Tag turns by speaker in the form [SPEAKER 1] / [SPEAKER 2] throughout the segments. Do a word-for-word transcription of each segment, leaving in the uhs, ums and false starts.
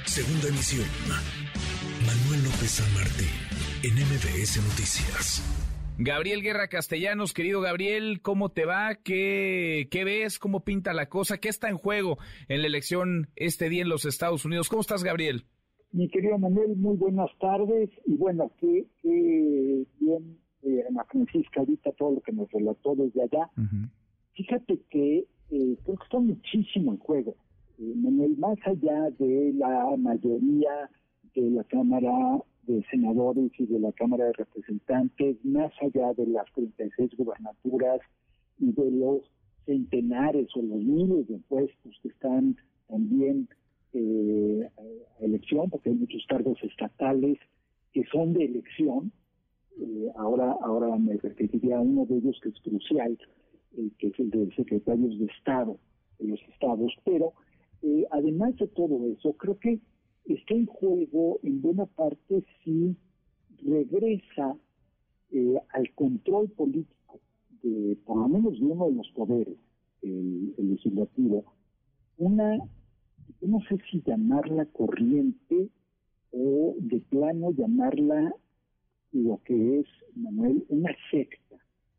[SPEAKER 1] Segunda emisión. Manuel López San Martín, en M B S Noticias.
[SPEAKER 2] Gabriel Guerra Castellanos, querido Gabriel, ¿cómo te va? ¿Qué, qué ves? ¿Cómo pinta la cosa? ¿Qué está en juego en la elección este día en los Estados Unidos? ¿Cómo estás, Gabriel?
[SPEAKER 3] Mi querido Manuel, muy buenas tardes. Y bueno, qué, qué bien, eh, Ana Francisca, ahorita todo lo que nos relató desde allá. Uh-huh. Fíjate que eh, creo que está muchísimo en juego. Eh, Manuel, más allá de la mayoría de la Cámara de Senadores y de la Cámara de Representantes, más allá de las treinta y seis gubernaturas y de los centenares o los miles de puestos que están también eh, a elección, porque hay muchos cargos estatales que son de elección. Eh, ahora, ahora me referiría a uno de ellos que es crucial, eh, que es el de secretarios de Estado de los estados, pero eh, además de todo eso, creo que está en juego en buena parte si regresa eh, al control político de por lo menos de uno de los poderes, el, el legislativo, una, no sé si llamarla corriente o de plano llamarla lo que es, Manuel, una secta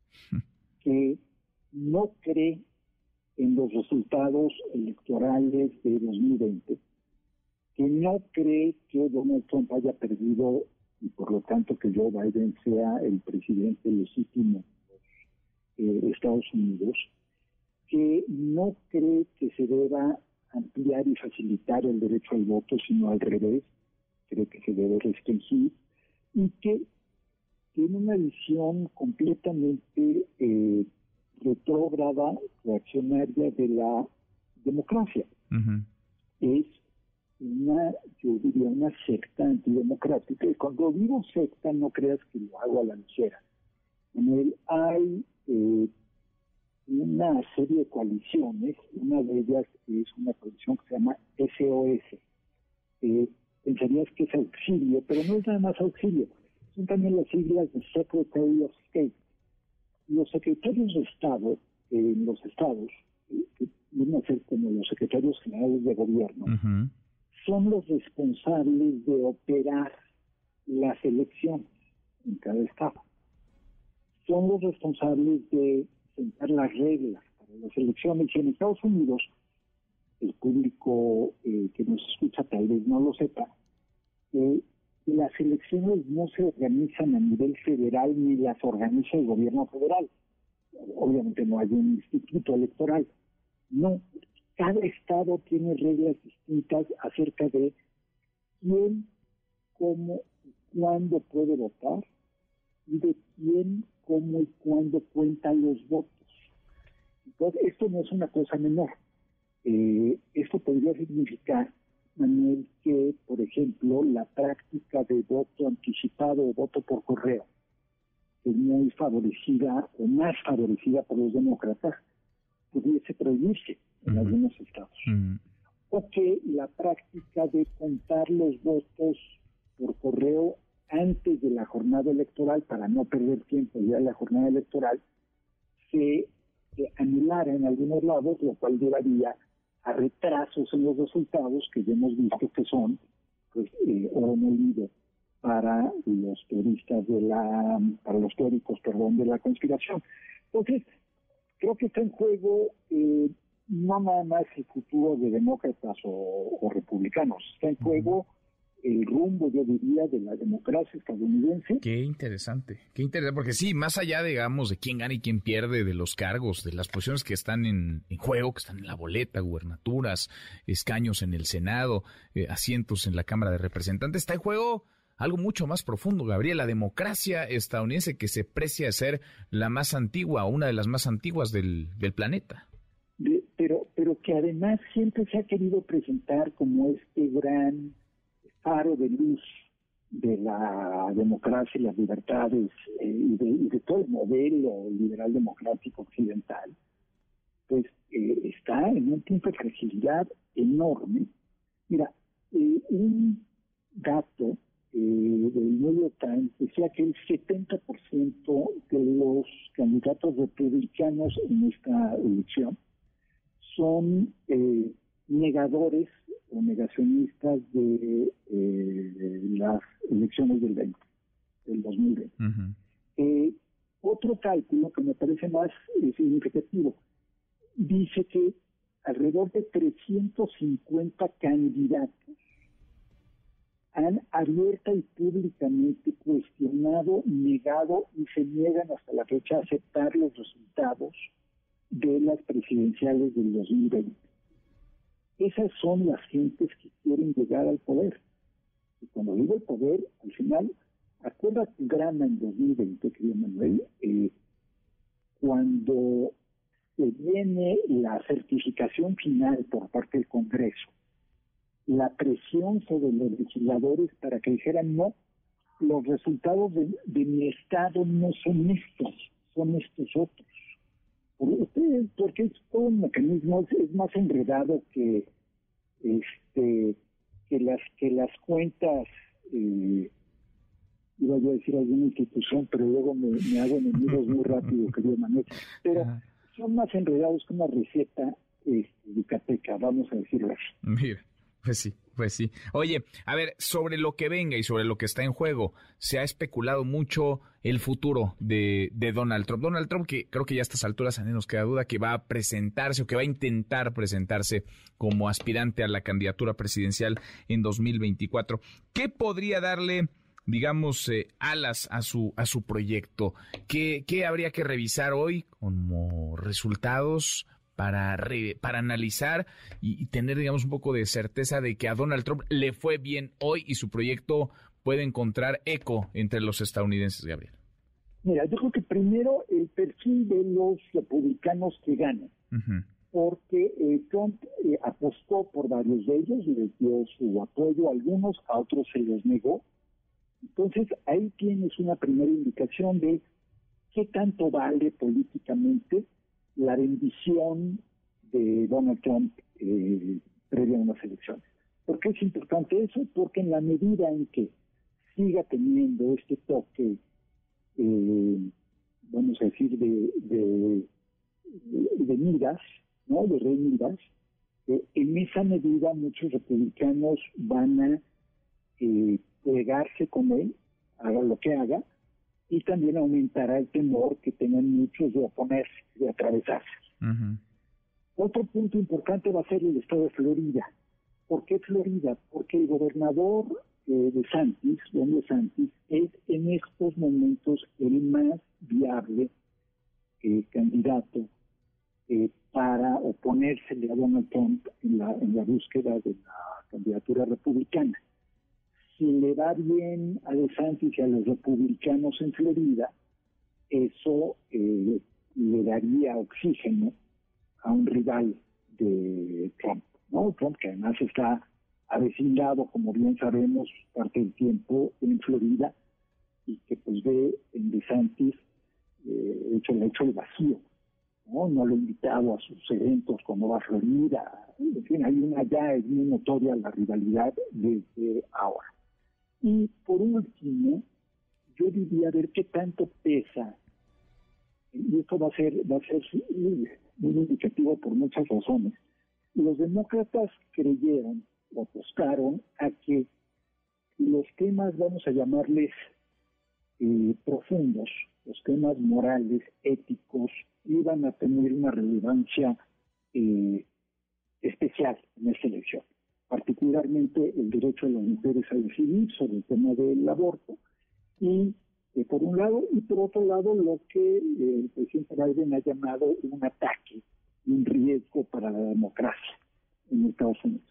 [SPEAKER 3] que no cree en los resultados electorales de dos mil veinte, que no cree que Donald Trump haya perdido y por lo tanto que Joe Biden sea el presidente legítimo de eh, Estados Unidos, que no cree que se deba ampliar y facilitar el derecho al voto, sino al revés, cree que se debe restringir, y que tiene una visión completamente eh, retrógrada, reaccionaria de la democracia. Uh-huh. Es una, yo diría, una secta antidemocrática. Y cuando digo secta, no creas que lo hago a la ligera. En él hay eh, una serie de coaliciones, una de ellas es una coalición que se llama S O S. Eh, pensarías que es auxilio, pero no es nada más auxilio. Son también las siglas de Secretary of State. Los secretarios de Estado en eh, los estados, eh, que vienen a ser como los secretarios generales de gobierno, uh-huh, son los responsables de operar las elecciones en cada estado. Son los responsables de sentar las reglas para las elecciones. Y en Estados Unidos, el público eh, que nos escucha tal vez no lo sepa, eh, las elecciones no se organizan a nivel federal ni las organiza el gobierno federal. Obviamente no hay un instituto electoral. No, cada estado tiene reglas distintas acerca de quién, cómo y cuándo puede votar y de quién, cómo y cuándo cuenta los votos. Entonces, esto no es una cosa menor. Eh, esto podría significar, Manuel, que, por ejemplo, la práctica de voto anticipado o voto por correo es muy favorecida o más favorecida por los demócratas, pudiese prohibirse en uh-huh. algunos estados. Uh-huh. O que la práctica de contar los votos por correo antes de la jornada electoral, para no perder tiempo ya en la jornada electoral, se, se anulara en algunos lados, lo cual llevaría a retrasos en los resultados que ya hemos visto que son pues eh, oro molido para los teoristas de la para los teóricos perdón de la conspiración. Entonces creo que está en juego eh, no nada más el futuro de demócratas o, o republicanos, está en juego el rumbo, yo diría, de la democracia estadounidense.
[SPEAKER 2] Qué interesante, qué interesante, porque sí, más allá, digamos, de quién gana y quién pierde, de los cargos, de las posiciones que están en, en juego, que están en la boleta, gubernaturas, escaños en el Senado, eh, asientos en la Cámara de Representantes, está en juego algo mucho más profundo, Gabriel, la democracia estadounidense que se precia de ser la más antigua, una de las más antiguas del, del planeta.
[SPEAKER 3] De, pero, pero que además siempre se ha querido presentar como este gran faro de luz de la democracia y las libertades eh, y, de, y de todo el modelo liberal democrático occidental, pues eh, está en un punto de fragilidad enorme. Mira, eh, un dato eh, del New York Times decía que el setenta por ciento de los candidatos republicanos en esta elección son eh, negadores o negacionistas de eh, las elecciones del veinte, del dos mil veinte. Uh-huh. Eh, otro cálculo que me parece más eh, significativo dice que alrededor de trescientos cincuenta candidatos han abierta y públicamente cuestionado, negado y se niegan hasta la fecha a aceptar los resultados de las presidenciales del dos mil veinte. Esas son las gentes que quieren llegar al poder. Y cuando digo el poder, al final, acuérdate Grana en dos mil veinte, querido Manuel, eh, cuando se viene la certificación final por parte del Congreso, la presión sobre los legisladores para que dijeran no, los resultados de, de mi estado no son estos, son estos otros. Porque, porque es todo un mecanismo, es, es más enredado que este que las que las cuentas, eh, iba yo a decir alguna institución, pero luego me, me hago enemigos muy rápido, querido Manuel. Pero son más enredados que una receta este, yucateca, vamos a decirlo así.
[SPEAKER 2] Mira. Pues sí, pues sí. Oye, a ver, sobre lo que venga y sobre lo que está en juego, se ha especulado mucho el futuro de, de Donald Trump. Donald Trump, que creo que ya a estas alturas a mí nos queda duda que va a presentarse o que va a intentar presentarse como aspirante a la candidatura presidencial en dos mil veinticuatro. ¿Qué podría darle, digamos, eh, alas a su a su proyecto? ¿Qué, qué habría que revisar hoy como resultados para, re, para analizar y, y tener, digamos, un poco de certeza de que a Donald Trump le fue bien hoy y su proyecto puede encontrar eco entre los estadounidenses, Gabriel?
[SPEAKER 3] Mira, yo creo que primero el perfil de los republicanos que ganan, uh-huh. porque eh, Trump eh, apostó por varios de ellos, les dio su apoyo a algunos, a otros se los negó. Entonces, ahí tienes una primera indicación de qué tanto vale políticamente la rendición de Donald Trump eh, previa a unas elecciones. ¿Por qué es importante eso? Porque en la medida en que siga teniendo este toque, eh, vamos a decir, de, de, de, de miras, ¿no? De rey miras, eh, en esa medida muchos republicanos van a eh, plegarse con él, haga lo que haga, y también aumentará el temor que tengan muchos de oponerse, de atravesarse. Uh-huh. Otro punto importante va a ser el estado de Florida. ¿Por qué Florida? Porque el gobernador eh, DeSantis, Ron DeSantis, es en estos momentos el más viable eh, candidato eh, para oponérsele a Donald Trump en la, en la búsqueda de la candidatura republicana. Si le va bien a DeSantis y a los republicanos en Florida, eso eh, le daría oxígeno a un rival de Trump, ¿no? Trump, que además está avecindado, como bien sabemos, parte del tiempo en Florida, y que pues ve en DeSantis eh, hecho, le ha hecho el vacío, ¿no? No lo ha invitado a sus eventos cuando va a Florida. En fin, hay una, ya es muy notoria la rivalidad desde ahora. Y por último, yo diría ver qué tanto pesa, y esto va a ser, va a ser muy, muy indicativo por muchas razones. Los demócratas creyeron o apostaron a que los temas, vamos a llamarles eh, profundos, los temas morales, éticos, iban a tener una relevancia eh, especial en esta elección. Particularmente el derecho de las mujeres a decidir sobre el tema del aborto, y eh, por un lado, y por otro lado, lo que eh, el presidente Biden ha llamado un ataque, un riesgo para la democracia en Estados Unidos.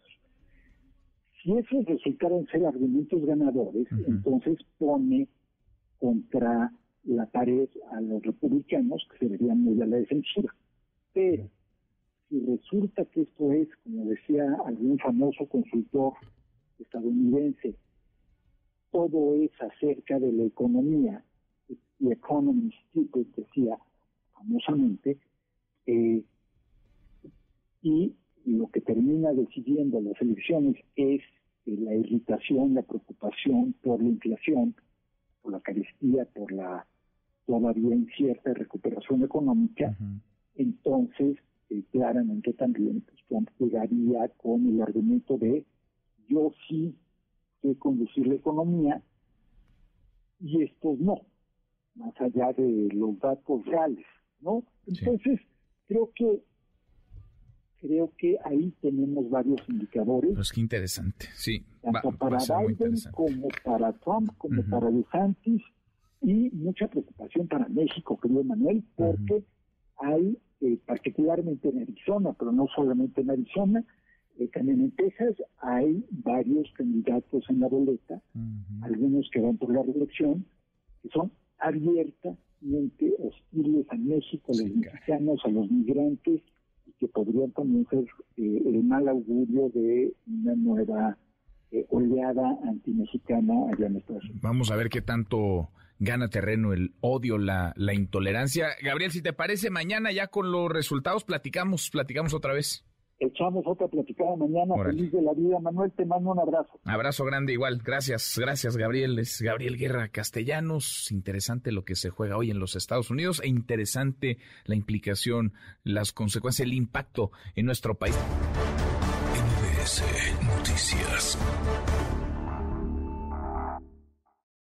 [SPEAKER 3] Si esos resultaron ser argumentos ganadores, uh-huh. entonces pone contra la pared a los republicanos, que se verían muy a la defensiva. Pero si resulta que esto es, como decía algún famoso consultor estadounidense, todo es acerca de la economía, The Economist decía famosamente, eh, y lo que termina decidiendo las elecciones es eh, la irritación, la preocupación por la inflación, por la carestía, por la todavía incierta recuperación económica, uh-huh. entonces eh, claramente también pues, Trump llegaría con el argumento de yo sí sé conducir la economía y estos no, más allá de los datos reales, ¿no? Entonces, sí. creo que creo que ahí tenemos varios indicadores.
[SPEAKER 2] Pues qué interesante, sí.
[SPEAKER 3] Tanto
[SPEAKER 2] va,
[SPEAKER 3] para
[SPEAKER 2] va
[SPEAKER 3] Biden como para Trump, como uh-huh. para DeSantis, y mucha preocupación para México, querido Manuel, porque uh-huh. hay, eh, particularmente en Arizona, pero no solamente en Arizona, eh, también en Texas hay varios candidatos en la boleta, uh-huh. algunos que van por la reelección, que son abiertamente hostiles a México, a los sí, mexicanos, a los migrantes, y que podrían también ser eh, el mal augurio de una nueva eh, oleada antimexicana allá en Estados Unidos.
[SPEAKER 2] Vamos a ver qué tanto gana terreno el odio, la, la intolerancia. Gabriel, si te parece, mañana ya con los resultados platicamos, platicamos otra vez.
[SPEAKER 3] Echamos otra platicada mañana. Órale. Feliz de la vida, Manuel, te mando un abrazo.
[SPEAKER 2] Abrazo grande igual, gracias, gracias Gabriel. Es Gabriel Guerra Castellanos. Interesante lo que se juega hoy en los Estados Unidos e interesante la implicación, las consecuencias, el impacto en nuestro país.
[SPEAKER 1] M V S Noticias.